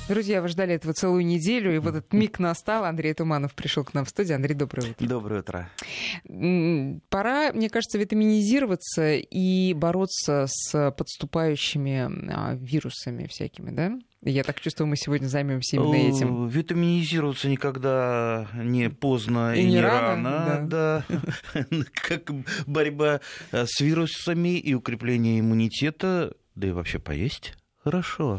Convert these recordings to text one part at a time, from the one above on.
Друзья, вы ждали этого целую неделю, и вот этот миг настал. Андрей Туманов пришел к нам в студию. Андрей, доброе утро. Доброе утро. Пора, мне кажется, витаминизироваться и бороться с подступающими вирусами всякими, да? Я так чувствую, мы сегодня займемся именно этим. Витаминизироваться никогда не поздно и не рано. Да. Как борьба с вирусами и укрепление иммунитета, да и вообще поесть хорошо.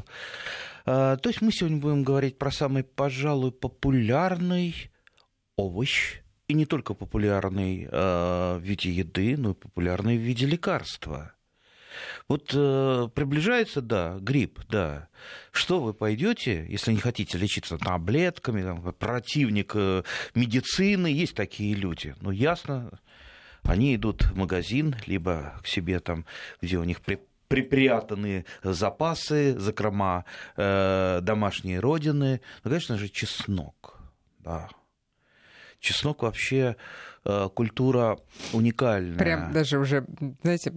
То есть мы сегодня будем говорить про самый, пожалуй, популярный овощ. И не только популярный в виде еды, но и популярный в виде лекарства. Вот приближается, да, грипп, да. Что вы пойдете, если не хотите лечиться таблетками, там, противник медицины, есть такие люди. Ну, ясно, они идут в магазин, либо к себе там, где у них припрятаны запасы, закрома домашней родины. Ну, конечно же, чеснок, да. Чеснок вообще культура уникальная. Прям даже уже, знаете,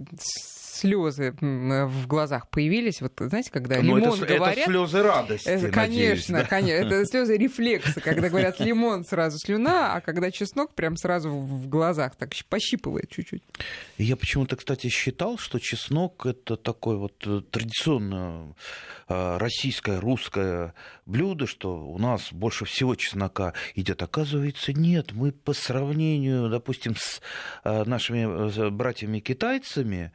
слезы в глазах появились. Вот знаете, когда лимон говорят... Это слезы радости, конечно, надеюсь, да? конечно. Это слезы рефлекса. Когда говорят лимон, сразу слюна, а когда чеснок, прям сразу в глазах так пощипывает чуть-чуть. Я почему-то, кстати, считал, что чеснок — это такое вот традиционное российское, русское блюдо, что у нас больше всего чеснока едят. Оказывается, нет. Мы по сравнению, допустим, с нашими братьями-китайцами,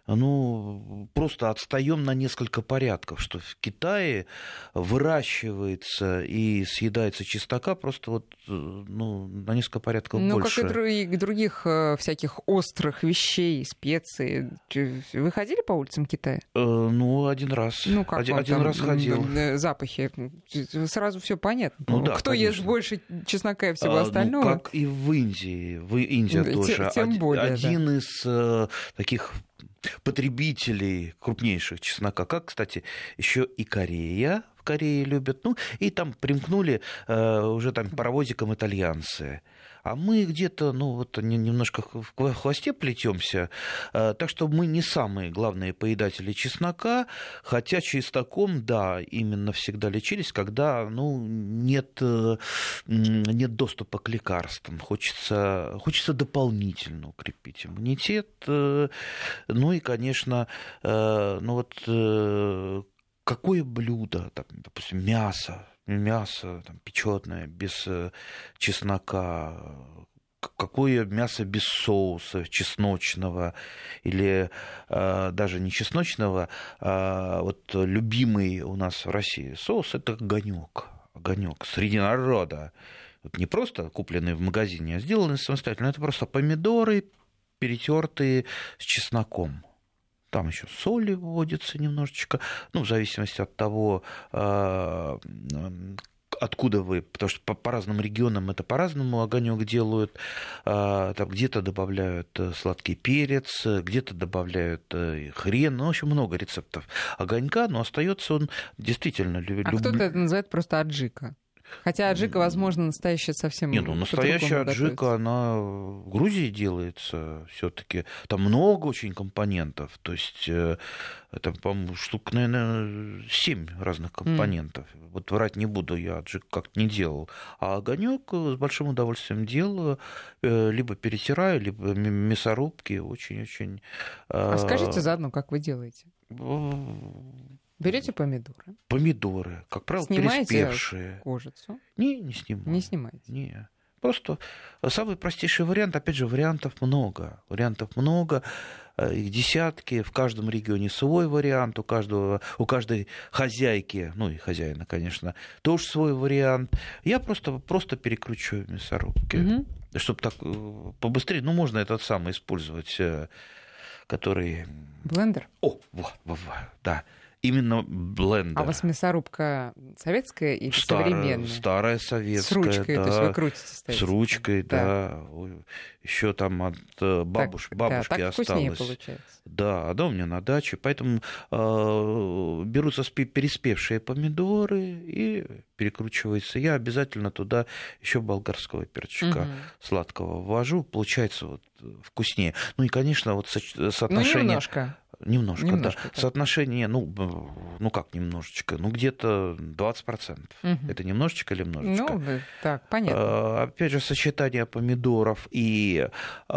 ну, просто отстаем на несколько порядков, что в Китае выращивается и съедается чеснока просто вот, ну, на несколько порядков больше. Ну, как и других всяких острых вещей, специй. Вы ходили по улицам Китая? Ну, один раз. Ну, как один раз ходил. Запахи. Сразу все понятно. Ну, да, кто конечно. ест больше чеснока и всего остального? Ну, как и в Индии. Индия тоже. Тем более, один из таких потребителей крупнейших чеснока, как, кстати, еще и Корея. В Корее любят. Ну, и там примкнули уже там паровозиком итальянцы. А мы где-то, ну, вот немножко в хвосте плетемся, так что мы не самые главные поедатели чеснока, хотя чесноком, да, именно всегда лечились, когда, ну, нет доступа к лекарствам, хочется дополнительно укрепить иммунитет, ну и, конечно, ну вот какое блюдо, там, допустим, мясо там, печёное без чеснока, какое мясо без соуса чесночного или даже не чесночного, а вот любимый у нас в России соус — это огонек среди народа. Вот не просто купленный в магазине, а сделанный самостоятельно. Это просто помидоры, перетертые с чесноком. Там еще соли вводится немножечко, ну, в зависимости от того, откуда вы, потому что по разным регионам это по-разному огонек делают. Там где-то добавляют сладкий перец, где-то добавляют хрен, ну, в общем, много рецептов огонька, но остается он действительно кто-то это называет просто аджика. Хотя аджика, возможно, настоящая совсем... Нет, ну настоящая аджика, она в Грузии делается все-таки. Там много очень компонентов. То есть там, по-моему, штук, наверное, 7 разных компонентов. Вот врать не буду, я аджик как-то не делал. А огонек с большим удовольствием делаю. Либо перетираю, либо мясорубки. Очень-очень... А скажите заодно, как вы делаете? Берете помидоры. Помидоры, как правило, переспевшие. Кожицу. Не снимаю. Не снимаете. Не. Просто самый простейший вариант, опять же, вариантов много, их десятки, в каждом регионе свой вариант, у каждой хозяйки, ну и хозяина, конечно, тоже свой вариант. Я просто перекручиваю в мясорубке, чтобы так побыстрее, ну, можно этот самый использовать, который... Блендер? Да. Именно блендер. А у вас мясорубка советская или современная? Старая советская. С ручкой, да. То есть вы крутите, стоите. С ручкой, да. Еще там от бабушки так осталось. Вкуснее получается. Да, у меня на даче. Поэтому берутся переспевшие помидоры и перекручивается. Я обязательно туда еще болгарского перчика сладкого ввожу. Получается вот вкуснее. Ну и, конечно, вот соотношение... Ну, немножко. Немножко, да. Соотношение, ну как немножечко, где-то 20%. Это немножечко или множечко? Ну, так, понятно. Опять же, сочетание помидоров и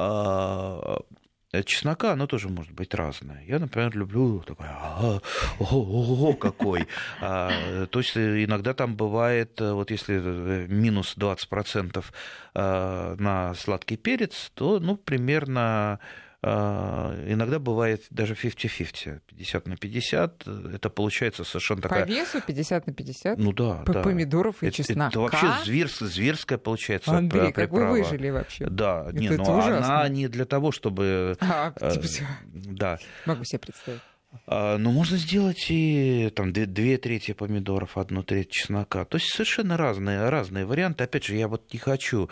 чеснока, оно тоже может быть разное. Я, например, люблю такое, ого, какой. То есть иногда там бывает, вот если минус 20% на сладкий перец, то, примерно... Иногда бывает даже 50-50, 50 на 50. Это получается совершенно такая... По весу 50 на 50? Ну да. Помидоров и чеснока? Это вообще зверская получается Андрей, приправа. как вы выжили вообще? Да, ужасно. она не для того, чтобы... Да. Могу себе представить. Но можно сделать и там 2/3 помидоров, 1/3 чеснока. То есть совершенно разные варианты. Опять же, я вот не хочу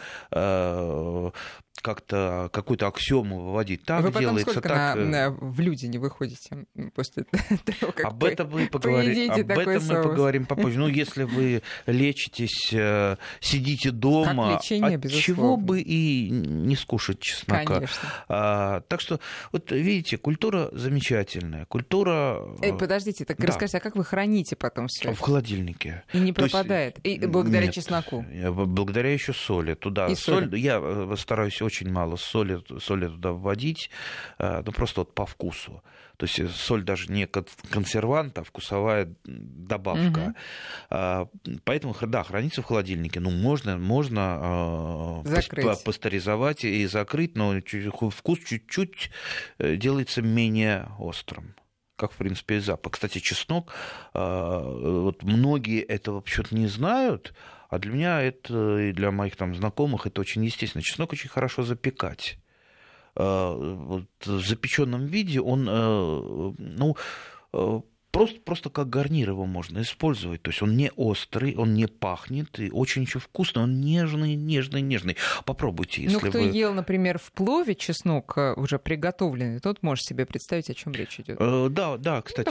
как-то какую-то аксиому выводить. Так вы потом делается, сколько так... в люди не выходите после того, как об этом мы поговорим попозже. Ну, если вы лечитесь, сидите дома, чего бы и не скушать чеснока. Конечно. Так что, вот видите, культура замечательная. Культура... Подождите, так расскажите, а как вы хроните потом все? В холодильнике. И не пропадает? И благодаря чесноку? Благодаря еще соли. Туда соль. Я стараюсь очень мало соли туда вводить, просто вот по вкусу. То есть соль даже не консервант, а вкусовая добавка. Поэтому, да, хранится в холодильнике. Ну, можно пастеризовать и закрыть, но вкус чуть-чуть делается менее острым. Как, в принципе, и запах. Кстати, чеснок, вот многие этого вообще-то не знают, а для меня это и для моих там знакомых это очень естественно. Чеснок очень хорошо запекать. Вот в запеченном виде он, просто как гарнир его можно использовать. То есть он не острый, он не пахнет, и очень еще вкусный, он нежный. Попробуйте, если кто ел, например, в плове чеснок уже приготовленный, тот может себе представить, о чем речь идет. Да, кстати,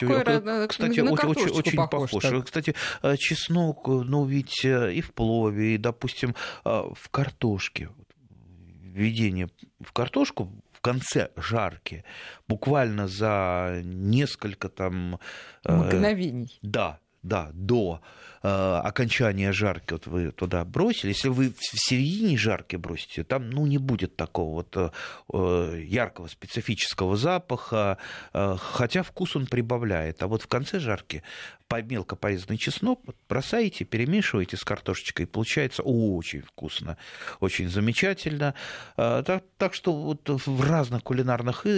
очень похож. Кстати, чеснок, ведь и в плове, и, допустим, в картошке. Введение в картошку в конце жарки, буквально за несколько там... мгновений. Да, до окончания жарки вот вы туда бросили. Если вы в середине жарки бросите, там не будет такого вот яркого специфического запаха, хотя вкус он прибавляет. А вот в конце жарки мелко порезанный чеснок бросаете, перемешиваете с картошечкой, и получается очень вкусно, очень замечательно. Так что вот в разных кулинарных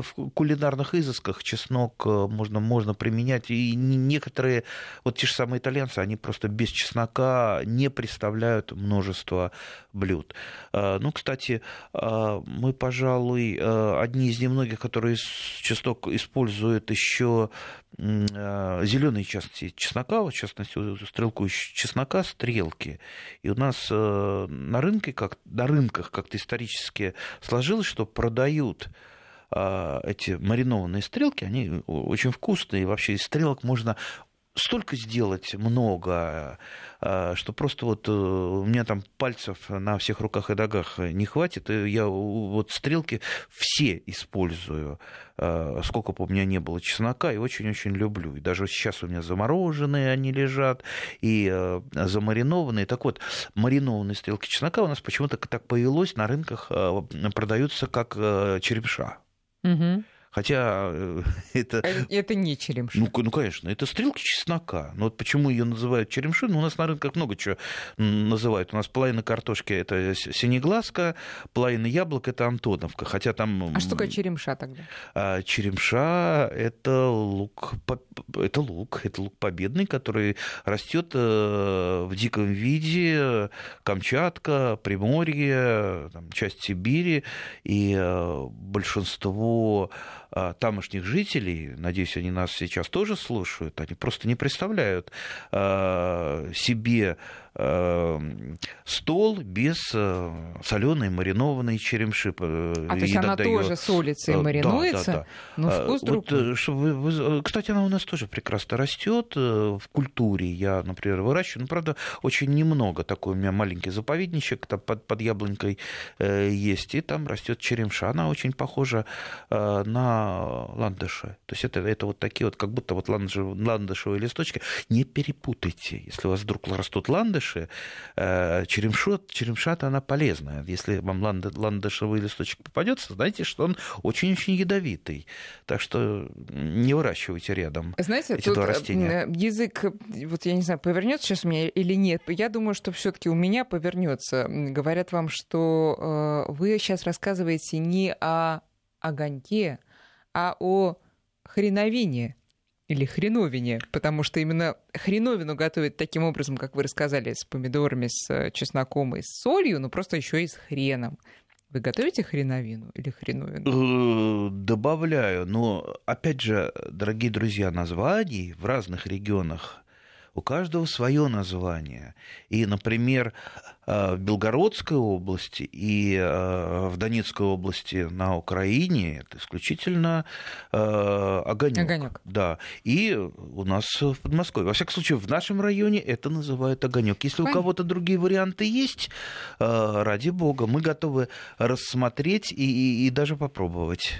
изысках чеснок можно применять. И некоторые, вот те же самые итальянцы, они просто без чеснока не представляют множество блюд. Кстати, мы, пожалуй, одни из немногих, которые чеснок используют еще зеленые части чеснока, в частности, стрелку из чеснока, стрелки. И у нас на рынках как-то исторически сложилось, что продают эти маринованные стрелки, они очень вкусные, и вообще из стрелок можно столько сделать много, что просто вот у меня там пальцев на всех руках и ногах не хватит. И я вот стрелки все использую, сколько бы у меня не было чеснока, и очень-очень люблю. И даже сейчас у меня замороженные они лежат, и замаринованные. Так вот, маринованные стрелки чеснока у нас почему-то так повелось, на рынках продаются как черемша. Угу. Хотя это не черемша. Ну, конечно, это стрелки чеснока. Но вот почему ее называют черемши? У нас на рынках много чего называют. У нас половина картошки — это синеглазка, половина яблок — это антоновка. Хотя там... А что такое черемша тогда? Черемша — это лук победный, который растет в диком виде. Камчатка, Приморье, часть Сибири. И большинство тамошних жителей, надеюсь, они нас сейчас тоже слушают, они просто не представляют себе стол без соленой маринованной черемши. То есть она тоже солится и маринуется, да. но вкус другой. Кстати, она у нас тоже прекрасно растет в культуре. Я, например, выращиваю, правда, очень немного. Такой у меня маленький заповедничек там под яблонькой есть, и там растет черемша. Она очень похожа на ландыши. То есть это вот такие вот, как будто вот ландышевые листочки. Не перепутайте. Если у вас вдруг растут ландыши, черемша-то она полезная. Если вам ландышевый листочек попадется, знаете, что он очень-очень ядовитый. Так что не выращивайте рядом. Знаете, эти два растения. Язык, вот я не знаю, повернется сейчас у меня или нет. Я думаю, что все-таки у меня повернется. Говорят вам, что вы сейчас рассказываете не о огоньке, а о хреновине. Или хреновине, потому что именно хреновину готовят таким образом, как вы рассказали, с помидорами, с чесноком и с солью, но просто еще и с хреном. Вы готовите хреновину или хреновину? Добавляю, но, опять же, дорогие друзья, названий в разных регионах у каждого свое название. И, например, в Белгородской области и в Донецкой области на Украине это исключительно огонек. Да. И у нас в Подмосковье. Во всяком случае, в нашем районе это называют огонек. Если у кого-то другие варианты есть, ради бога, мы готовы рассмотреть и даже попробовать.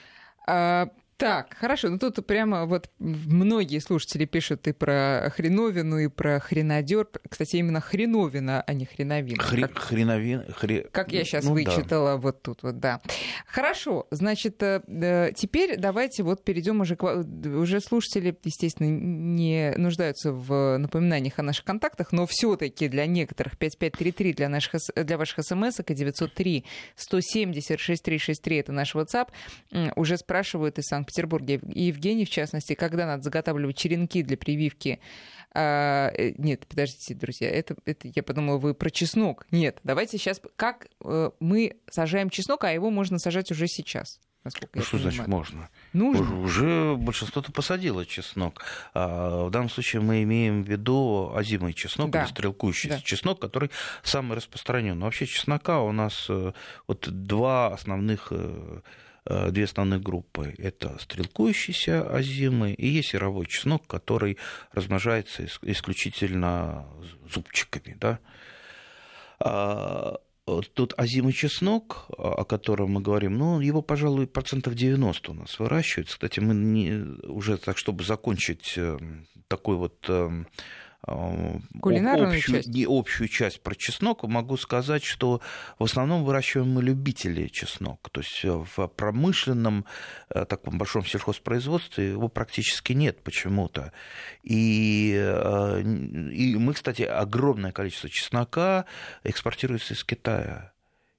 Так, хорошо. Ну тут прямо вот многие слушатели пишут и про хреновину, и про хренадёр. Кстати, именно хреновина, а не хреновина. Как я сейчас вычитала, да. Вот тут вот, да. Хорошо, значит, теперь давайте вот перейдем уже слушатели, естественно, не нуждаются в напоминаниях о наших контактах, но все-таки для некоторых 5533 для ваших смс-ок и 903-170-6363 это наш WhatsApp. Уже спрашивают из Санкт-Петербурге, и Евгений, в частности, когда надо заготавливать черенки для прививки. Нет, подождите, друзья, это я подумала, вы про чеснок. Нет, давайте сейчас, как мы сажаем чеснок, а его можно сажать уже сейчас. Что значит можно? Нужно. Уже большинство-то посадило чеснок. В данном случае мы имеем в виду озимый чеснок, да, или стрелкующийся чеснок, который самый распространенный. Вообще чеснока у нас вот две основных группы. Это стрелкующийся озимый и есть яровой чеснок, который размножается исключительно зубчиками. Да? Тут озимый чеснок, о котором мы говорим, ну, его, пожалуй, 90% у нас выращивается. Кстати, мы уже так, чтобы закончить такой вот общую часть про чеснок, могу сказать, что в основном выращиваем мы любители чеснок. То есть в промышленном таком большом сельхозпроизводстве его практически нет почему-то. И мы, кстати, огромное количество чеснока экспортируется из Китая.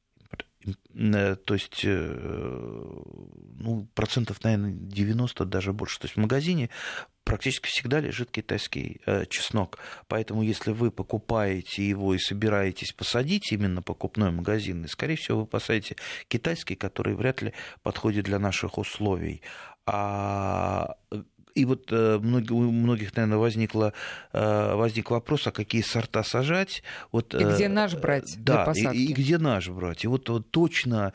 То есть, ну, процентов, наверное, 90, даже больше. То есть в магазине практически всегда лежит китайский чеснок. Поэтому, если вы покупаете его и собираетесь посадить именно покупной магазин, скорее всего, вы посадите китайский, который вряд ли подходит для наших условий. И вот у многих, наверное, возник вопрос, а какие сорта сажать. Вот, и где наш брать для посадки? И где наш брать. И вот точно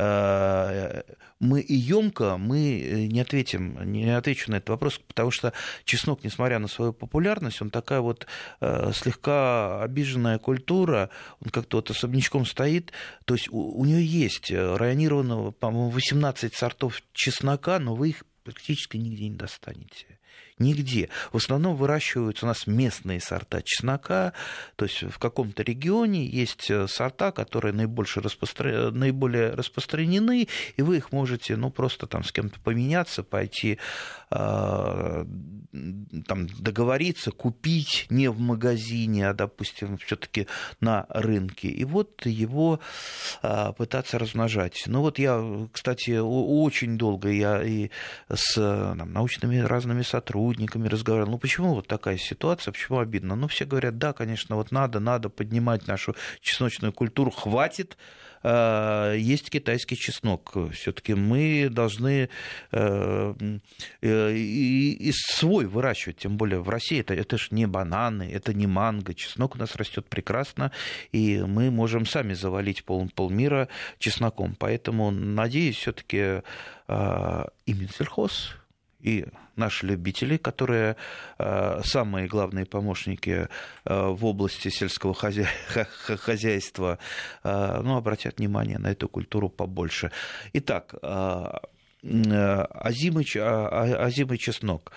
мы и ёмко не отвечу на этот вопрос, потому что чеснок, несмотря на свою популярность, он такая вот слегка обиженная культура, он как-то вот особнячком стоит. То есть у нее есть районировано, по-моему, 18 сортов чеснока, но вы их практически нигде не достанете. Нигде. В основном выращиваются у нас местные сорта чеснока, то есть в каком-то регионе есть сорта, которые наиболее распространены, и вы их можете, ну, просто там с кем-то поменяться, пойти там, договориться, купить не в магазине, а, допустим, все-таки на рынке, и вот его пытаться размножать. Ну вот я, кстати, очень долго и с научными разными сотрудниками разговаривал. Ну почему вот такая ситуация, почему обидно? Ну все говорят, да, конечно, вот надо поднимать нашу чесночную культуру, хватит есть китайский чеснок. Все-таки мы должны и свой выращивать, тем более в России. Это же не бананы, это не манго. Чеснок у нас растет прекрасно, и мы можем сами завалить полмира чесноком. Поэтому, надеюсь, все-таки и Минсельхоз, и наши любители, которые самые главные помощники в области сельского хозяйства, обратят внимание на эту культуру побольше. Итак, озимый чеснок.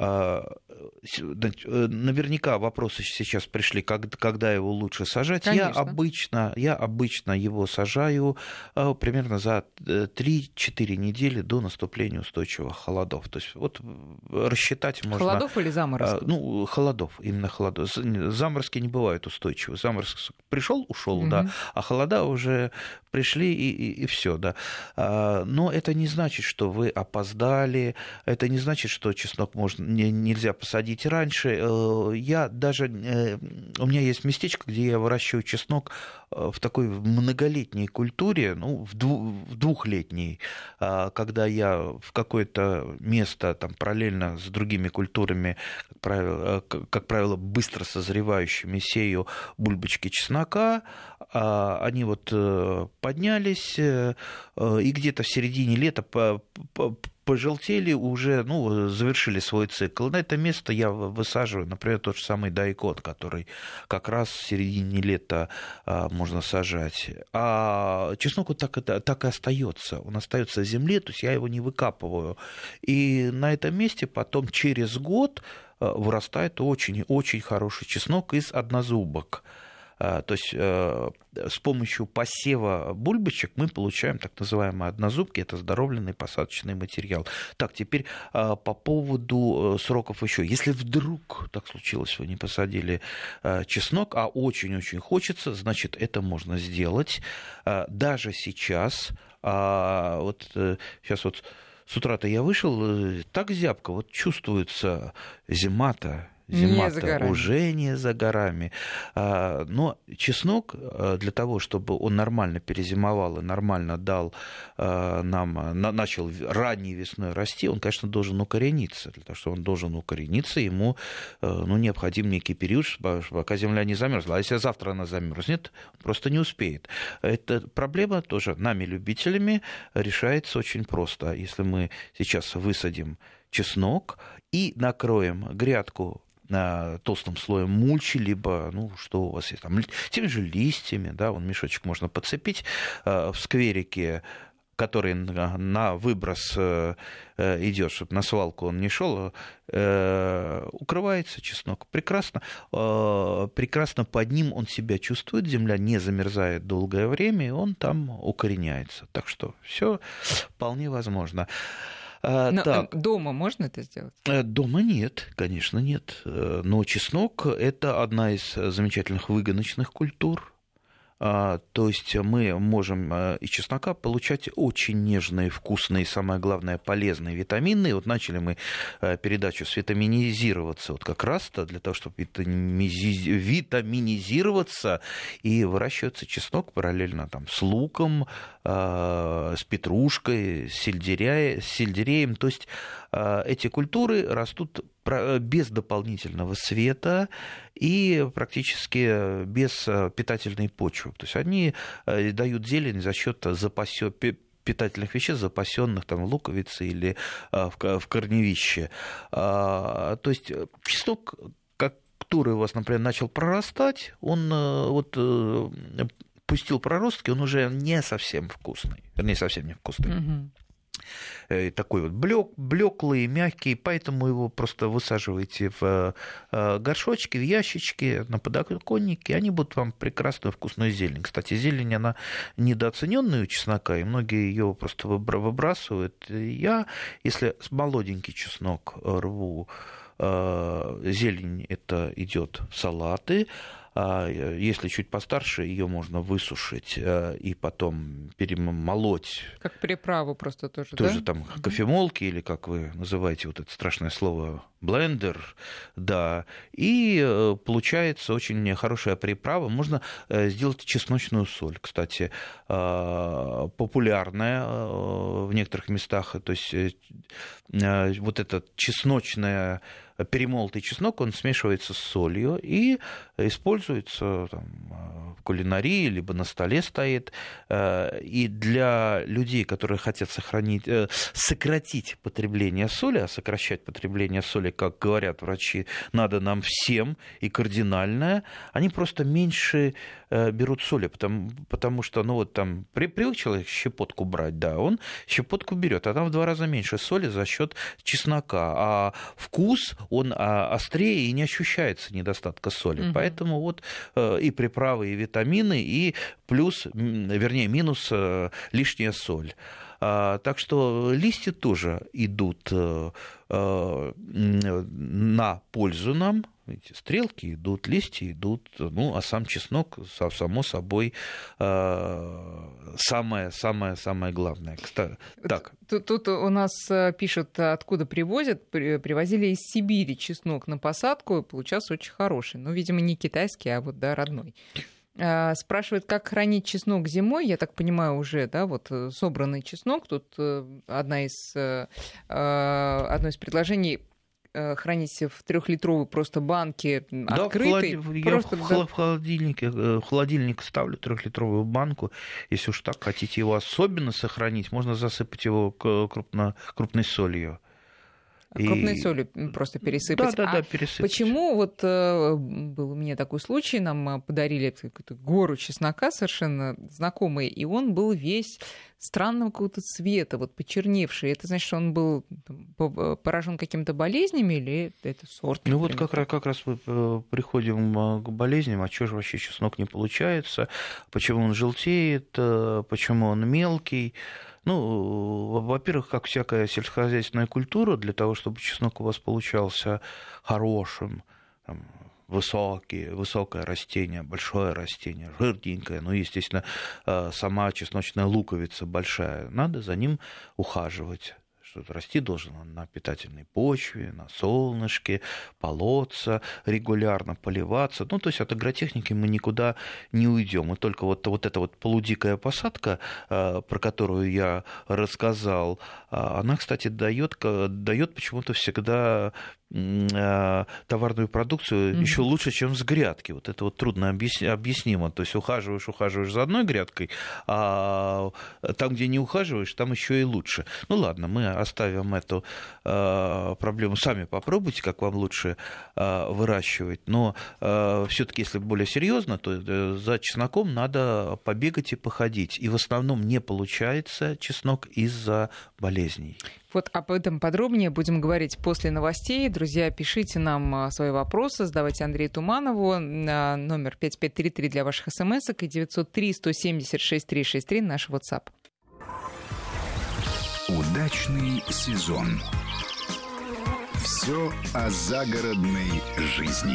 Наверняка вопросы сейчас пришли, когда его лучше сажать. Я обычно его сажаю примерно за 3-4 недели до наступления устойчивых холодов. То есть вот рассчитать можно... Холодов или заморозков? Холодов, именно холодов. Заморозки не бывают устойчивы. Заморозок пришел, ушел, да, а холода уже пришли и все, да. Но это не значит, что вы опоздали, это не значит, что чеснок нельзя посадить раньше. У меня есть местечко, где я выращиваю чеснок в такой многолетней культуре, в двухлетней, когда я в какое-то место там, параллельно с другими культурами, как правило, быстро созревающими, сею бульбочки чеснока, они вот поднялись, и где-то в середине лета пожелтели, уже завершили свой цикл. На это место я высаживаю, например, тот же самый дайкон, который как раз в середине лета можно сажать. А чеснок так и остается. Он остается в земле, то есть я его не выкапываю. И на этом месте потом через год вырастает очень-очень хороший чеснок из однозубок. То есть с помощью посева бульбочек мы получаем так называемые однозубки, это оздоровленный посадочный материал. Так, теперь по поводу сроков еще. Если вдруг так случилось, вы не посадили чеснок, а очень-очень хочется, значит, это можно сделать. Даже сейчас, сейчас вот с утра-то я вышел, так зябко, вот чувствуется зима-то уже не за горами. Но чеснок для того, чтобы он нормально перезимовал и нормально дал начал ранней весной расти, он, конечно, должен укорениться. Для того, чтобы он должен укорениться, ему необходим некий период, пока земля не замерзла. А если завтра она замерзнет, просто не успеет. Эта проблема тоже нами, любителями, решается очень просто. Если мы сейчас высадим чеснок и накроем грядку толстым слоем мульчи, либо, что у вас есть, там, теми же листьями, да, мешочек можно подцепить в скверике, который на выброс идет, чтобы на свалку он не шел, укрывается чеснок. Прекрасно под ним он себя чувствует, земля не замерзает долгое время, и он там укореняется. Так что все вполне возможно. Но дома можно это сделать? Дома нет, конечно, нет. Но чеснок – это одна из замечательных выгоночных культур. То есть мы можем из чеснока получать очень нежные, вкусные, самое главное, полезные витамины. Вот начали мы передачу с витаминизироваться, вот как раз-то для того, чтобы витаминизироваться, и выращивается чеснок параллельно там, с луком, с петрушкой, с сельдереем. То есть эти культуры растут без дополнительного света и практически без питательной почвы. То есть они дают зелень за счет питательных веществ, запасенных там, в луковице или в корневище. То есть чеснок, который у вас, например, начал прорастать, он пустил проростки, он уже не совсем вкусный. Вернее, совсем не вкусный. Угу. Такой вот блеклый, мягкий, поэтому его просто высаживаете в горшочки, в ящички, на подоконнике, они будут вам прекрасную вкусную зелень. Кстати, зелень, она недооцененная у чеснока, и многие ее просто выбрасывают. Я, если молоденький чеснок рву, зелень это идет в салаты, Если чуть постарше, ее можно высушить и потом перемолоть. Как приправу просто тоже, тоже да? Там кофемолки, или как вы называете вот это страшное слово, блендер, да. И получается очень хорошая приправа. Можно сделать чесночную соль, кстати, популярная в некоторых местах. То есть вот этот чесночная перемолотый чеснок, он смешивается с солью и используется там в кулинарии, либо на столе стоит. И для людей, которые хотят сократить потребление соли, а сокращать потребление соли, как говорят врачи, надо нам всем и кардинальное, они просто меньше берут соли, потому что, ну вот там привык человек щепотку брать, да, он щепотку берет, а там в 2 раза меньше соли за счет чеснока, а вкус он острее и не ощущается недостатка соли, поэтому вот и приправы, и витамины, и минус лишняя соль. Так что листья тоже идут на пользу нам. Эти стрелки идут, листья идут, ну, а сам чеснок, само собой, самое главное. Так. Тут у нас пишут, откуда привозили из Сибири чеснок на посадку, получался очень хороший. Ну, видимо, не китайский, а вот, да, родной. Спрашивают, как хранить чеснок зимой. Я так понимаю, уже, да, вот собранный чеснок. Тут одно из предложений — хранить в 3-литровой просто банке открытой. Да, в холодильник ставлю 3-литровую банку. Если уж так хотите его особенно сохранить, можно засыпать его крупной солью. Крупной солью просто пересыпать. Да, пересыпать. Почему вот был у меня такой случай, нам подарили какую-то гору чеснока совершенно знакомый, и он был весь странного какого-то цвета, вот почерневший. Это значит, что он был поражен какими-то болезнями, или это сорт? Ну вот как раз мы приходим к болезням, а что же вообще чеснок не получается, почему он желтеет, почему он мелкий. Ну, во-первых, как всякая сельскохозяйственная культура, для того, чтобы чеснок у вас получался хорошим, там, высокое растение, большое растение, жирненькое, ну, естественно, сама чесночная луковица большая, надо за ним ухаживать. Что расти должен он на питательной почве, на солнышке, полоться, регулярно поливаться. Ну, то есть от агротехники мы никуда не уйдем. И только вот эта вот полудикая посадка, про которую я рассказал, она, кстати, дает почему-то всегда товарную продукцию еще лучше, чем с грядки. Вот это вот трудно объяснимо. То есть ухаживаешь за одной грядкой, а там, где не ухаживаешь, там еще и лучше. Ну ладно, мы оставим эту проблему. Сами попробуйте, как вам лучше выращивать. Но все-таки, если более серьезно, то за чесноком надо побегать и походить. И в основном не получается чеснок из-за болезней. Вот об этом подробнее будем говорить после новостей. Друзья, пишите нам свои вопросы, задавайте Андрею Туманову на номер 5533 для ваших смс-ок и 903-170-6363 наш WhatsApp. Удачный сезон. Все о загородной жизни.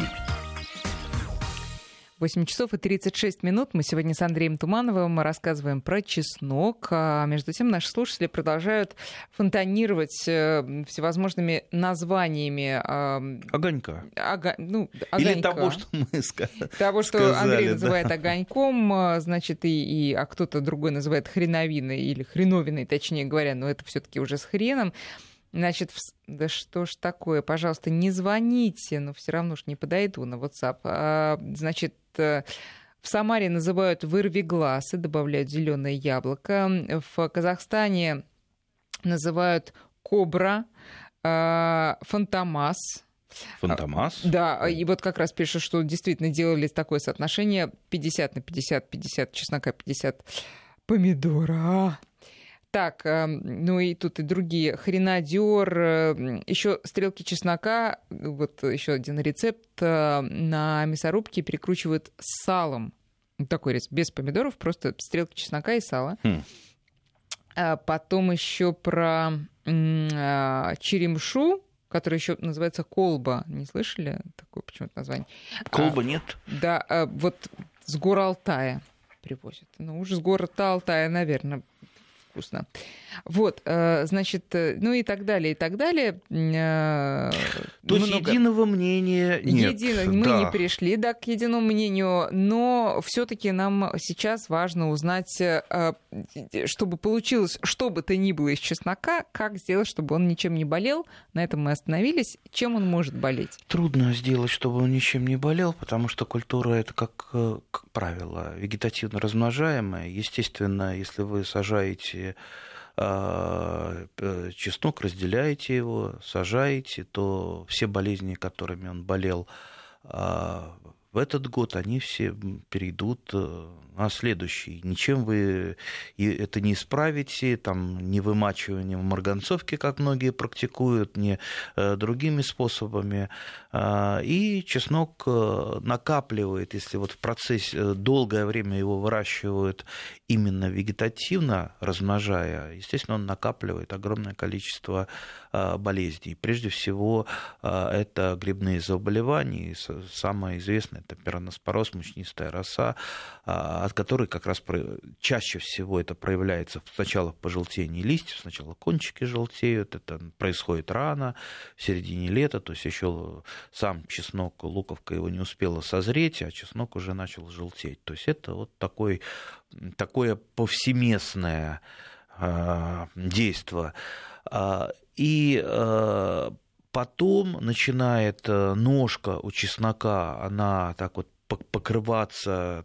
8 часов и 36 минут. Мы сегодня с Андреем Тумановым рассказываем про чеснок. А между тем наши слушатели продолжают фонтанировать всевозможными названиями огонька. Огонька. Или того, что мы сказали. Того, что Андрей называет огоньком, значит, а кто-то другой называет хреновиной или хреновиной, точнее говоря, но это все-таки уже с хреном. Значит, да что ж такое, пожалуйста, не звоните, но все равно ж не подойду на WhatsApp. Значит, в Самаре называют вырвиглаз и добавляют зеленое яблоко. В Казахстане называют кобра, фантомас. Фантомас? Да, и вот как раз пишут, что действительно делали такое соотношение 50 на 50, 50 чеснока, 50 помидора. Так, ну и тут и другие. Хренадёр, еще стрелки чеснока, вот еще один рецепт, на мясорубке перекручивают с салом. Такой рецепт, без помидоров, просто стрелки чеснока и сала. Потом еще про черемшу, который еще называется колба. Не слышали такое почему-то название? Колба нет? Да, вот с гор Алтая привозят. Ну, уж с гор Алтая, наверное, вкусно. Вот, значит, ну и так далее, и так далее. То есть единого мнения нет. Мы не пришли, да, к единому мнению, но все-таки нам сейчас важно узнать, чтобы получилось, что бы то ни было из чеснока, как сделать, чтобы он ничем не болел. На этом мы остановились. Чем он может болеть? Трудно сделать, чтобы он ничем не болел, потому что культура — это, как правило, вегетативно размножаемая. Естественно, если вы сажаете чеснок, разделяете его, сажаете, то все болезни, которыми он болел в этот год, они все перейдут на следующий. Ничем вы это не исправите, там, не вымачиванием марганцовки, как многие практикуют, не другими способами. И чеснок накапливает, если вот в процессе долгое время его выращивают именно вегетативно, размножая, естественно, он накапливает огромное количество болезней. Прежде всего, это грибные заболевания, и самое известное — это пираноспороз, мучнистая роса, от которой как раз чаще всего это проявляется сначала в пожелтении листьев, сначала кончики желтеют, это происходит рано, в середине лета, то есть еще сам чеснок, луковка его не успела созреть, а чеснок уже начал желтеть. То есть это вот такое повсеместное действие. И потом начинает ножка у чеснока, она так вот покрываться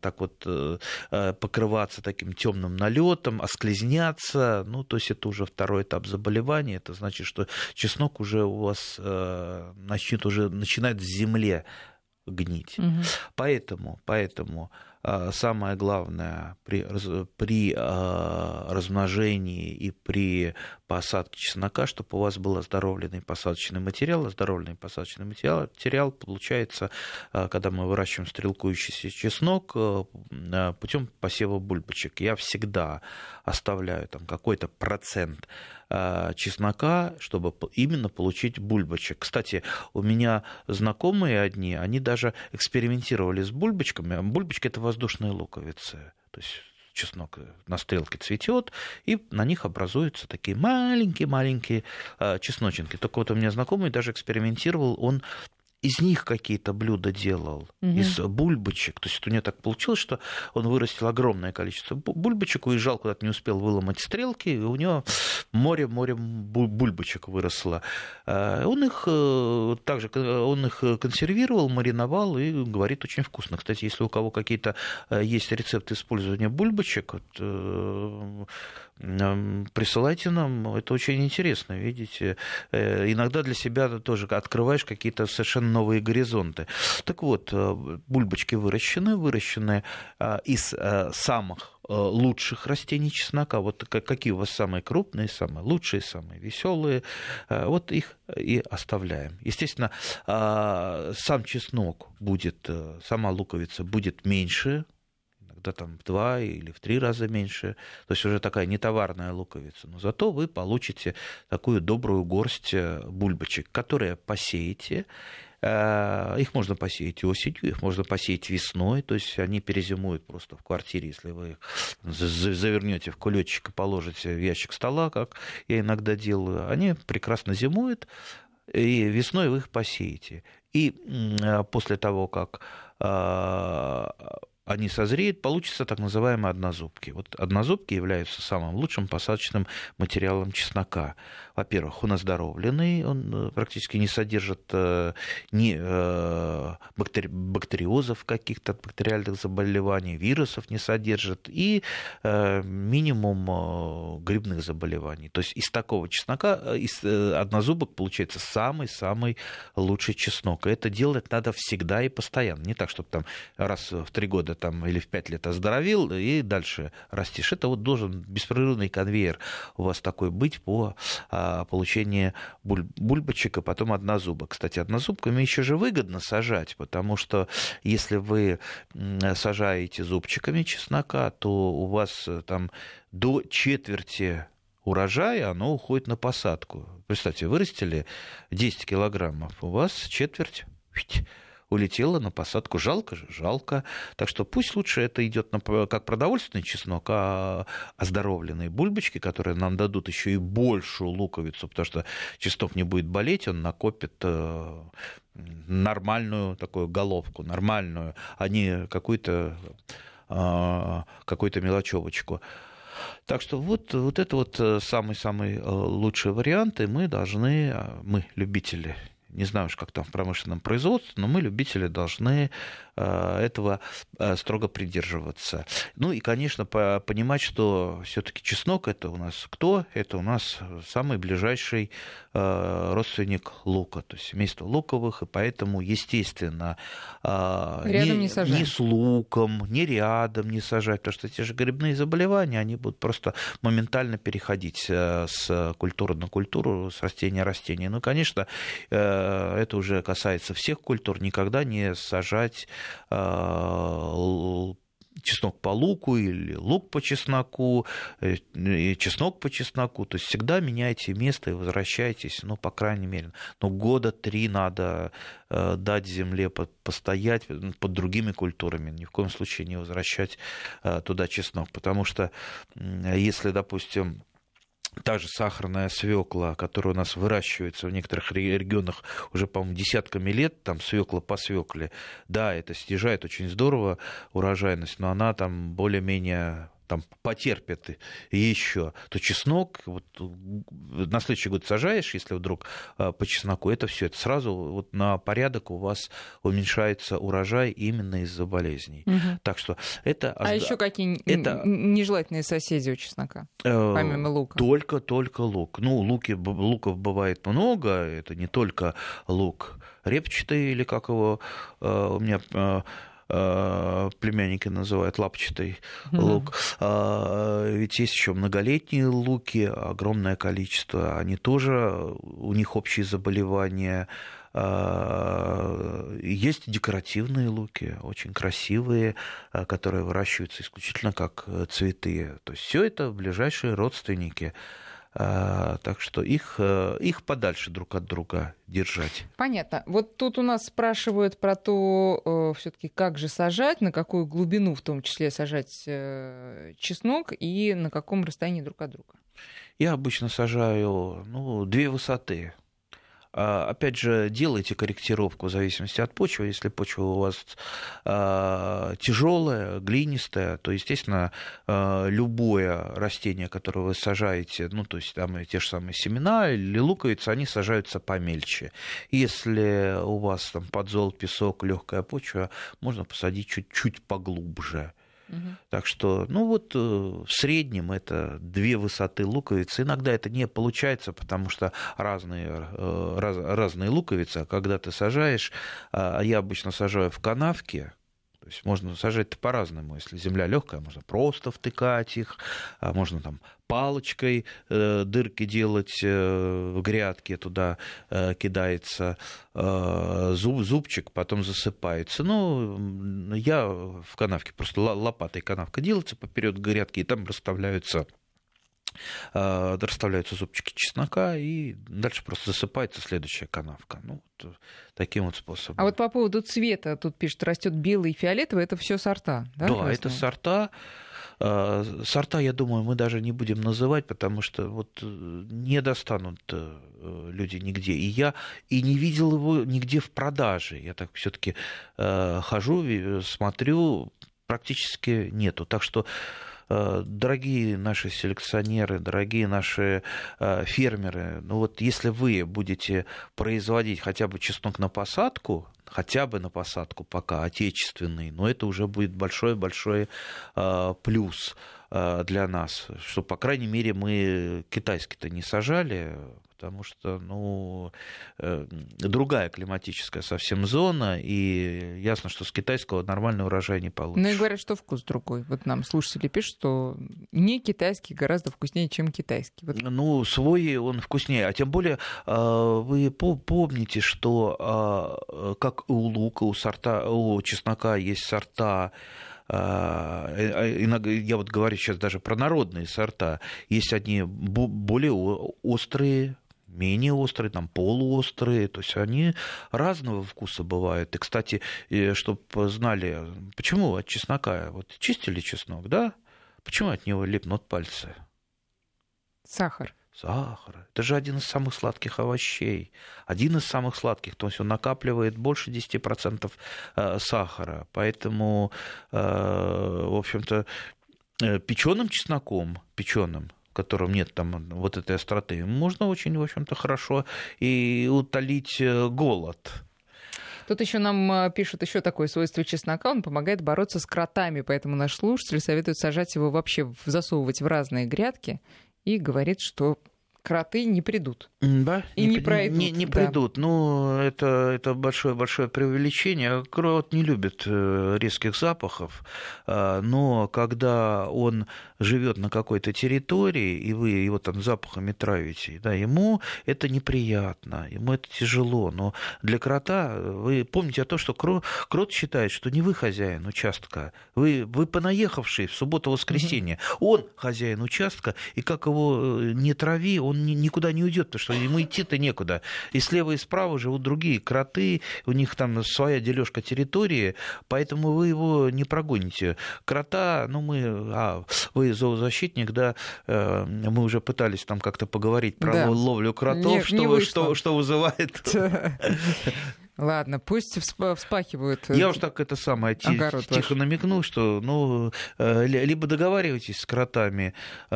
таким темным налетом, осклязняться. Ну, то есть это уже второй этап заболевания. Это значит, что чеснок уже у вас начинает в земле гнить. Угу. Поэтому самое главное при размножении и при посадке чеснока, чтобы у вас был оздоровленный посадочный материал. Оздоровленный посадочный материал получается, когда мы выращиваем стрелкующийся чеснок путем посева бульбочек. Я всегда оставляю там какой-то процент чеснока, чтобы именно получить бульбочек. Кстати, у меня знакомые одни, они даже экспериментировали с бульбочками. Бульбочки — это воздушные луковицы. То есть чеснок на стрелке цветет, и на них образуются такие маленькие чесночинки. Только вот у меня знакомый даже экспериментировал, он из них какие-то блюда делал, из бульбочек. То есть у него так получилось, что он вырастил огромное количество бульбочек, уезжал куда-то, не успел выломать стрелки, и у него море бульбочек выросло. Он их консервировал, мариновал, и говорит, очень вкусно. Кстати, если у кого какие-то есть рецепты использования бульбочек, присылайте нам, это очень интересно, видите. Иногда для себя тоже открываешь какие-то совершенно новые горизонты. Так вот, бульбочки выращены из самых лучших растений чеснока. Вот какие у вас самые крупные, самые лучшие, самые веселые, вот их и оставляем. Естественно, сам чеснок сама луковица будет меньше, иногда там в 2 или в 3 раза меньше, то есть уже такая нетоварная луковица. Но зато вы получите такую добрую горсть бульбочек, которые посеете. Их можно посеять осенью, их можно посеять весной, то есть они перезимуют просто в квартире, если вы их завернете в кулечек и положите в ящик стола, как я иногда делаю, они прекрасно зимуют, и весной вы их посеете. И после того, как они созреют, получится так называемые однозубки. Вот однозубки являются самым лучшим посадочным материалом чеснока. Во-первых, он оздоровленный, он практически не содержит ни бактериозов, каких-то бактериальных заболеваний, вирусов не содержит, и минимум грибных заболеваний. То есть из такого чеснока, из однозубок получается самый-самый лучший чеснок. И это делать надо всегда и постоянно. Не так, чтобы там раз в 3 года или в 5 лет оздоровил, и дальше растишь. Это вот должен беспрерывный конвейер у вас такой быть по получению бульбочек, и потом однозубок. Кстати, однозубками еще же выгодно сажать, потому что если вы сажаете зубчиками чеснока, то у вас там до четверти урожая, оно уходит на посадку. Представьте, вырастили 10 килограммов, у вас четверть улетела на посадку. Жалко же, жалко. Так что пусть лучше это идет как продовольственный чеснок, а оздоровленные бульбочки, которые нам дадут еще и большую луковицу, потому что чеснок не будет болеть, он накопит нормальную такую головку, нормальную, а не какую-то мелочевочку. Так что вот это вот самый-самый лучший вариант, и мы, любители, не знаю уж, как там в промышленном производстве, но мы, любители, должны этого строго придерживаться. Ну и, конечно, понимать, что все-таки чеснок — это у нас кто? Это у нас самый ближайший родственник лука, то есть семейство луковых, и поэтому, естественно, ни с луком, ни рядом не сажать, потому что те же грибные заболевания, они будут просто моментально переходить с культуры на культуру, с растения на растение. Ну, конечно, это уже касается всех культур, никогда не сажать чеснок по луку или лук по чесноку, и чеснок по чесноку. То есть всегда меняйте место и возвращайтесь, по крайней мере, 3 года надо дать земле постоять под другими культурами. Ни в коем случае не возвращать туда чеснок, потому что если, допустим, та же сахарная свекла, которая у нас выращивается в некоторых регионах уже, по-моему, десятками лет, там свекла по свекле, да, это снижает очень здорово урожайность, но она там более-менее там потерпит еще, то чеснок, вот на следующий год сажаешь, если вдруг по чесноку, это все, это сразу вот на порядок у вас уменьшается урожай именно из-за болезней. Угу. Так что это... А еще какие нежелательные соседи у чеснока, помимо лука? Только лук. Луков бывает много, это не только лук репчатый, или как его у меня... племянники называют лапчатый лук. Ведь есть еще многолетние луки, огромное количество. Они тоже, у них общие заболевания. Есть декоративные луки, очень красивые, которые выращиваются исключительно как цветы. То есть все это ближайшие родственники. Так что их подальше друг от друга держать. Понятно. Вот тут у нас спрашивают про то, все-таки как же сажать, на какую глубину в том числе сажать чеснок и на каком расстоянии друг от друга. Я обычно сажаю 2 высоты. Опять же, делайте корректировку в зависимости от почвы. Если почва у вас тяжелая, глинистая, то, естественно, любое растение, которое вы сажаете, то есть там те же самые семена или луковицы, они сажаются помельче. Если у вас там подзол, песок, легкая почва, можно посадить чуть-чуть поглубже. Так что, в среднем это 2 высоты луковицы. Иногда это не получается, потому что разные луковицы, а когда ты сажаешь, я обычно сажаю в канавке. То есть можно сажать по-разному. Если земля легкая, можно просто втыкать их, можно там палочкой дырки делать в грядке, туда кидается зубчик, потом засыпается. Я в канавке, просто лопатой канавка делается поперед грядки, и там расставляются зубчики чеснока, и дальше просто засыпается следующая канавка. Таким вот способом. А вот по поводу цвета, тут пишет, растет белый и фиолетовый, это все сорта, да? Да, разные? Это сорта. Сорта, я думаю, мы даже не будем называть, потому что не достанут люди нигде. И я не видел его нигде в продаже. Я так все-таки хожу, смотрю, практически нету. Так что, дорогие наши селекционеры, дорогие наши фермеры, если вы будете производить хотя бы чеснок на посадку пока отечественный, но это уже будет большой-большой плюс для нас, что, по крайней мере, мы китайский-то не сажали, потому что, другая климатическая совсем зона, и ясно, что с китайского нормальный урожай не получится. Ну и говорят, что вкус другой. Вот нам слушатели пишут, что не китайский гораздо вкуснее, чем китайский. Свой он вкуснее. А тем более вы помните, что как у лука, у чеснока есть сорта иногда, я вот говорю сейчас даже про народные сорта, есть одни более острые, менее острые, там, полуострые, то есть они разного вкуса бывают. И, кстати, чтобы знали, почему от чеснока, вот чистили чеснок, да? Почему от него липнут пальцы? Сахар. Это же один из самых сладких овощей. Один из самых сладких. То есть он накапливает больше 10% сахара. Поэтому, в общем-то, печеным чесноком, в котором нет там вот этой остроты, можно очень, в общем-то, хорошо и утолить голод. Тут еще нам пишут еще такое свойство чеснока. Он помогает бороться с кротами, поэтому наш слушатель советует сажать его вообще, засовывать в разные грядки. И говорит, что кроты не придут. Да, и не пройдут. Не придут. Ну, это большое преувеличение. Крот не любит резких запахов, но когда он живет на какой-то территории, и вы его там запахами травите, да, ему это неприятно, ему это тяжело. Но для крота, вы помните о том, что крот считает, что не вы хозяин участка, вы понаехавший в субботу-воскресенье. Он хозяин участка, и как его не трави, он никуда не уйдет, потому что ему идти-то некуда. И слева и справа живут другие кроты, у них там своя дележка территории, поэтому вы его не прогоните. Крота, вы зоозащитник, да, мы уже пытались там как-то поговорить про ловлю кротов, что вызывает... Ладно, пусть вспахивают. Я уж так тихо намекнул, что либо договаривайтесь с кротами,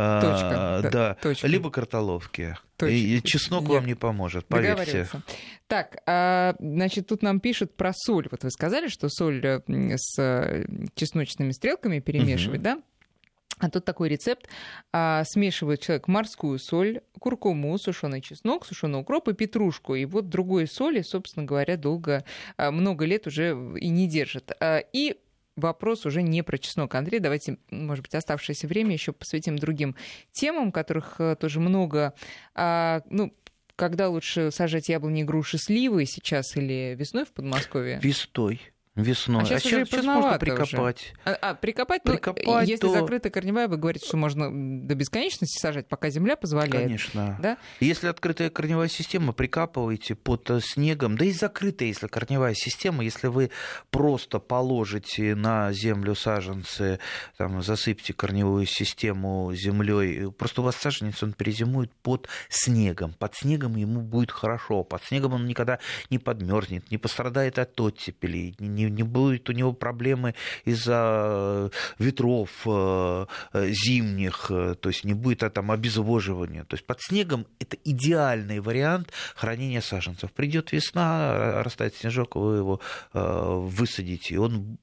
либо кротоловки. И чеснок вам не поможет, поверьте. Так, значит, тут нам пишут про соль. Вот вы сказали, что соль с чесночными стрелками перемешивать, да? А тут такой рецепт. Смешивает человек морскую соль, куркуму, сушеный чеснок, сушеный укроп и петрушку. И вот другой соли, собственно говоря, много лет уже и не держит. И вопрос уже не про чеснок. Андрей, давайте, может быть, оставшееся время еще посвятим другим темам, которых тоже много. Когда лучше сажать яблони, груши, сливы сейчас или весной в Подмосковье? Весной. А сейчас можно прикопать. Прикопать? Если закрытая корневая, вы говорите, что можно до бесконечности сажать, пока земля позволяет. Конечно. Да? Если открытая корневая система, прикапываете под снегом. Да и закрытая, если корневая система, если вы просто положите на землю саженцы, там, засыпьте корневую систему землей, просто у вас саженец, он перезимует под снегом. Под снегом ему будет хорошо. Под снегом он никогда не подмерзнет, не пострадает от оттепелей, не будет у него проблемы из-за ветров зимних, то есть не будет там обезвоживания. То есть под снегом это идеальный вариант хранения саженцев. Придет весна, растает снежок, вы его высадите, он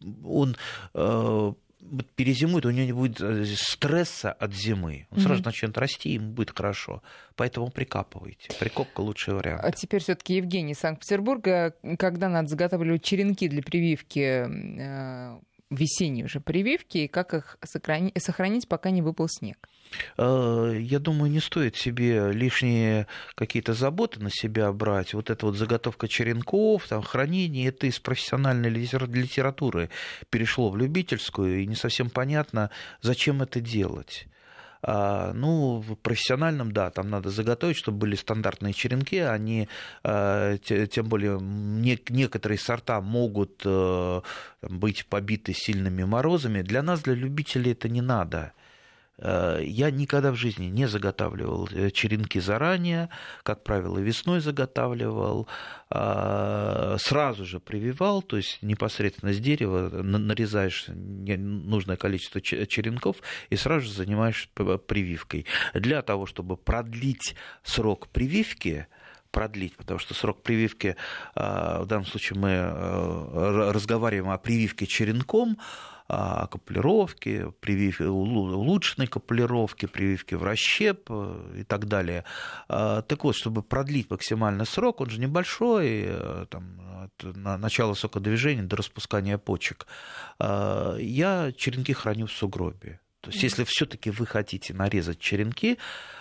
перезимует, у него не будет стресса от зимы. Он сразу начнет расти, ему будет хорошо. Поэтому прикапывайте. Прикопка — лучший вариант. А теперь все-таки Евгений из Санкт-Петербурга. Когда надо заготавливать черенки для прививки, весенней уже прививки, и как их сохранить, пока не выпал снег? Я думаю, не стоит себе лишние какие-то заботы на себя брать. Вот эта вот заготовка черенков, там, хранение, это из профессиональной литературы перешло в любительскую, и не совсем понятно, зачем это делать. В профессиональном, да, там надо заготовить, чтобы были стандартные черенки, они, тем более, некоторые сорта могут быть побиты сильными морозами. Для нас, для любителей, это не надо. Я никогда в жизни не заготавливал черенки заранее, как правило, весной заготавливал, сразу же прививал, то есть непосредственно с дерева нарезаешь нужное количество черенков и сразу же занимаешься прививкой. Для того, чтобы продлить срок прививки, потому что срок прививки, в данном случае мы разговариваем о прививке черенком, о капулировке, улучшенной капулировке, прививке в расщеп и так далее. Так вот, чтобы продлить максимально срок, он же небольшой, там, от начала сокодвижения до распускания почек, я черенки храню в сугробе. То есть, если все-таки вы хотите нарезать черенки,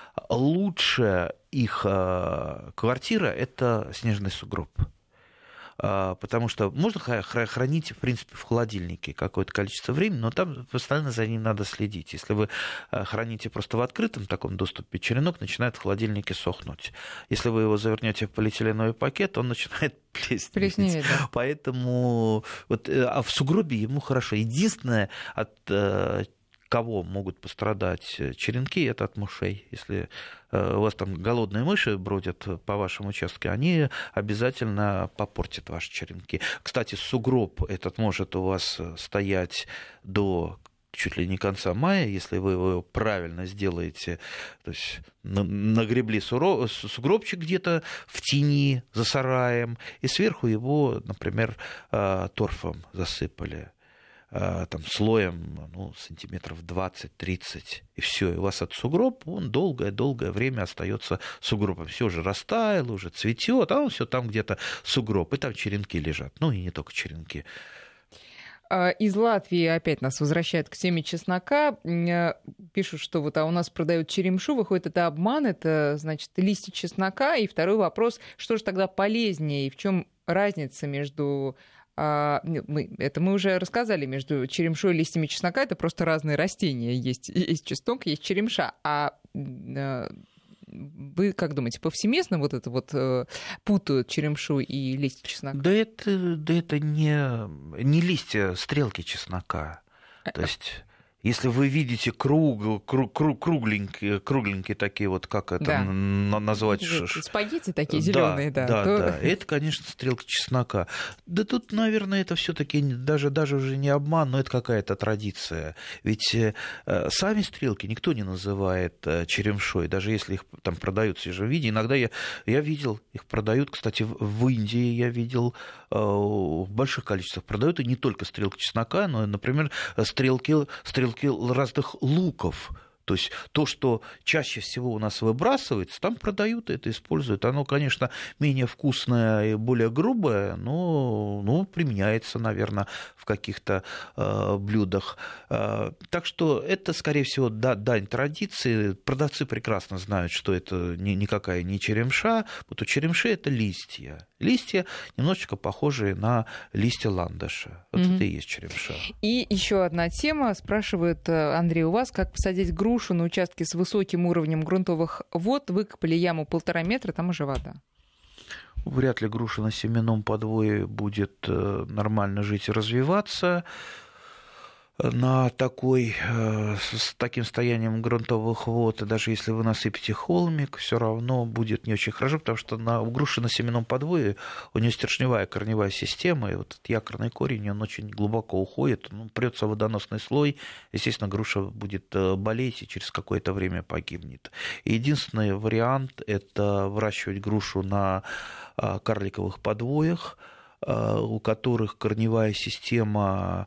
лучшая их квартира — это снежный сугроб. потому что можно хранить, в принципе, в холодильнике какое-то количество времени, но там постоянно за ним надо следить. Если вы храните просто в открытом таком доступе, черенок начинает в холодильнике сохнуть. Если вы его завернете в полиэтиленовый пакет, он начинает плесневеть. Да. Поэтому а в сугробе ему хорошо. Единственное, от кого могут пострадать черенки, это от мышей. Если у вас там голодные мыши бродят по вашему участку, они обязательно попортят ваши черенки. Кстати, сугроб этот может у вас стоять до чуть ли не конца мая, если вы его правильно сделаете, то есть нагребли сугробчик где-то в тени за сараем, и сверху его, например, торфом засыпали. Там, слоем сантиметров 20-30, и все, и у вас от сугроб, он долгое-долгое время остается сугробом. Все уже растаяло, уже цветет, а он все там где-то сугроб, и там черенки лежат. Ну и не только черенки. Из Латвии опять нас возвращают к теме чеснока. Пишут, что вот у нас продают черемшу, выходит, это обман, это, значит, листья чеснока. И второй вопрос, что же тогда полезнее, и в чем разница между... Это мы уже рассказали, между черемшой и листьями чеснока это просто разные растения. Есть чеснок, есть черемша. А вы как думаете, повсеместно вот это вот путают черемшу и листья чеснока? Да это не листья, стрелки чеснока. То есть... Если вы видите кругленькие такие вот, как это назвать? Спагетти такие зеленые, да. Это, конечно, стрелки чеснока. Да тут, наверное, это все-таки даже уже не обман, но это какая-то традиция. Ведь сами стрелки никто не называет черемшой, даже если их там продают в свежем виде. Иногда я видел, их продают, кстати, в Индии я видел, в больших количествах продают, и не только стрелки чеснока, но, например, стрелки разных луков. То есть то, что чаще всего у нас выбрасывается, там продают это, используют. Оно, конечно, менее вкусное и более грубое, но применяется, наверное, в каких-то блюдах. Так что это, скорее всего, дань традиции. Продавцы прекрасно знают, что это никакая не черемша. Вот у черемши это листья. Листья немножечко похожие на листья ландыша. Вот это и есть черемша. И еще одна тема. Спрашивает Андрей, у вас как посадить грушу на участке с высоким уровнем грунтовых вод? Выкопали яму 1,5 метра, там уже вода. Вряд ли груша на семенном подвое будет нормально жить и развиваться. С таким состоянием грунтовых вод, даже если вы насыпите холмик, все равно будет не очень хорошо, потому что у груши на семенном подвое у нее стержневая корневая система, и вот этот якорный корень, он очень глубоко уходит, прется водоносный слой, естественно, груша будет болеть и через какое-то время погибнет. И единственный вариант – это выращивать грушу на карликовых подвоях, у которых корневая система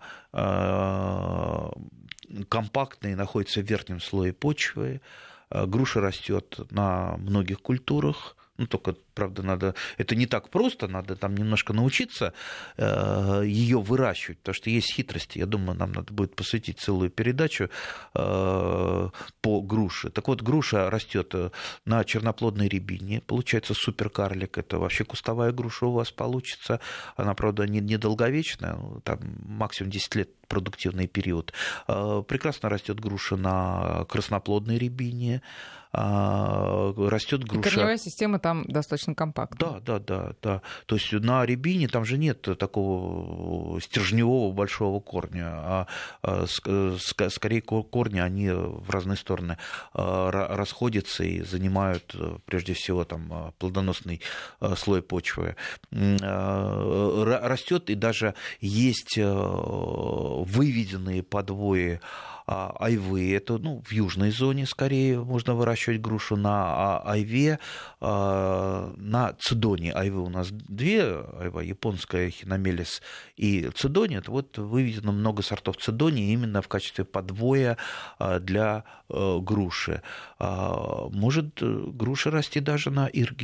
компактная и находится в верхнем слое почвы. Груша растет на многих культурах. Только, правда, это не так просто, надо там немножко научиться ее выращивать, потому что есть хитрости. Я думаю, нам надо будет посвятить целую передачу по груше. Так вот, груша растет на черноплодной рябине, получается суперкарлик, это вообще кустовая груша у вас получится. Она, правда, не долговечная, там максимум 10 лет продуктивный период. Прекрасно растет груша на красноплодной рябине. Растет груша. И корневая система там достаточно компактная. Да. То есть на рябине там же нет такого стержневого большого корня, а скорее корни, они в разные стороны расходятся и занимают прежде всего там плодоносный слой почвы. Растет, и даже есть выведенные подвои айвы, это в южной зоне скорее можно выращивать грушу, на айве, на цидоне. Айвы у нас две, айва японская, хиномелис и цидони. Это вот выведено много сортов цидони именно в качестве подвоя для груши. Может груша расти даже на ирге.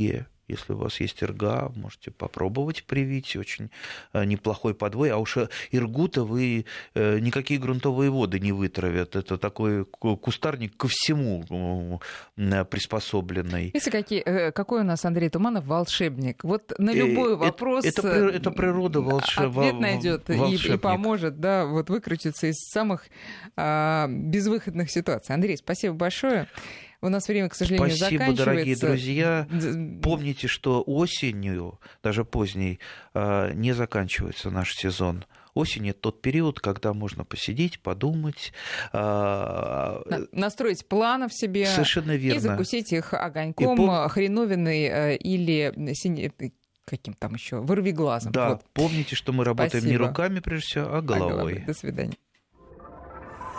Если у вас есть ирга, можете попробовать привить. Очень неплохой подвой. А уж иргу-то вы никакие грунтовые воды не вытравят. Это такой кустарник ко всему приспособленный. Видите, какой у нас Андрей Туманов волшебник. Вот на любой вопрос это природа ответ найдет и поможет, да, вот выкрутиться из самых безвыходных ситуаций. Андрей, спасибо большое. У нас время, к сожалению, заканчивается. Спасибо, дорогие друзья. Помните, что осенью, даже поздней, не заканчивается наш сезон. Осень – это тот период, когда можно посидеть, подумать. Настроить планы в себе. Совершенно верно. И закусить их огоньком, хреновиной или каким там еще, вырвиглазом. Да, вот. Помните, что мы работаем не руками, прежде всего, а головой. До свидания.